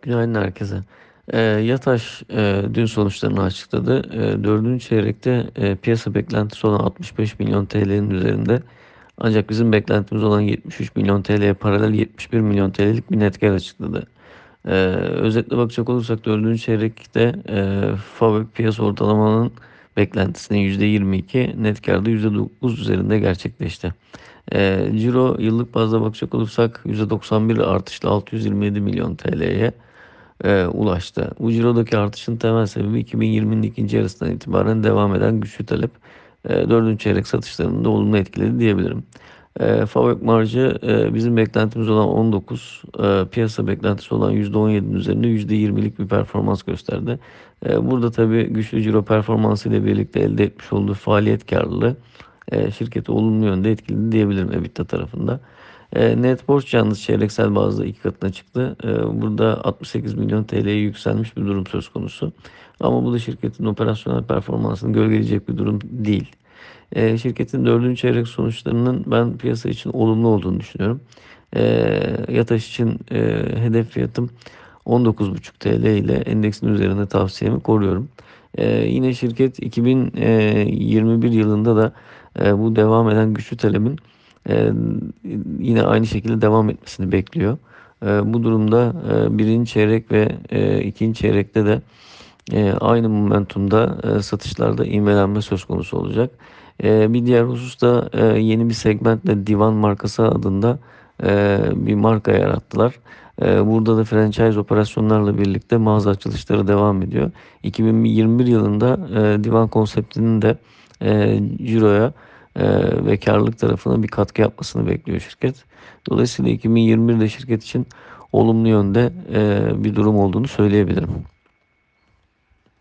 Günaydın herkese. Yataş dün sonuçlarını açıkladı. 4. çeyrekte piyasa beklentisi olan 65 milyon TL'nin üzerinde. Ancak bizim beklentimiz olan 73 milyon TL'ye paralel 71 milyon TL'lik bir net kar açıkladı. Özetle bakacak olursak 4. çeyrekte FAVÖK piyasa ortalamanın beklentisinin %22, net karda %9 üzerinde gerçekleşti. Ciro yıllık bazda bakacak olursak %91 artışla 627 milyon TL'ye ulaştı. Bu cirodaki artışın temel sebebi 2020'nin ikinci yarısından itibaren devam eden güçlü talep. 4. çeyrek satışlarını da olumlu etkiledi diyebilirim. Fabrik marjı bizim beklentimiz olan 19, piyasa beklentisi olan %17'nin üzerinde %20'lik bir performans gösterdi. Burada tabii güçlü ciro performansı ile birlikte elde etmiş olduğu faaliyet karlılığı şirketi olumlu yönde etkiledi diyebilirim EBITDA tarafında. Net borç yalnız çeyreksel bazda iki katına çıktı. Burada 68 milyon TL'ye yükselmiş bir durum söz konusu. Ama bu da şirketin operasyonel performansını gölgeleyecek bir durum değil. Şirketin 4. çeyrek sonuçlarının ben piyasa için olumlu olduğunu düşünüyorum. Yataş için hedef fiyatım 19,5 TL ile endeksin üzerinde tavsiyemi koruyorum. Yine şirket 2021 yılında da bu devam eden güçlü talebin e, yine aynı şekilde devam etmesini bekliyor. Bu durumda birinci çeyrek ve ikinci çeyrekte de aynı momentumda satışlarda ivmelenme söz konusu olacak. Bir diğer husus da yeni bir segmentle Divan markası adında bir marka yarattılar. Burada da franchise operasyonlarla birlikte mağaza açılışları devam ediyor. 2021 yılında Divan konseptinin de ciroya ve karlılık tarafına bir katkı yapmasını bekliyor şirket. Dolayısıyla 2021'de şirket için olumlu yönde bir durum olduğunu söyleyebilirim.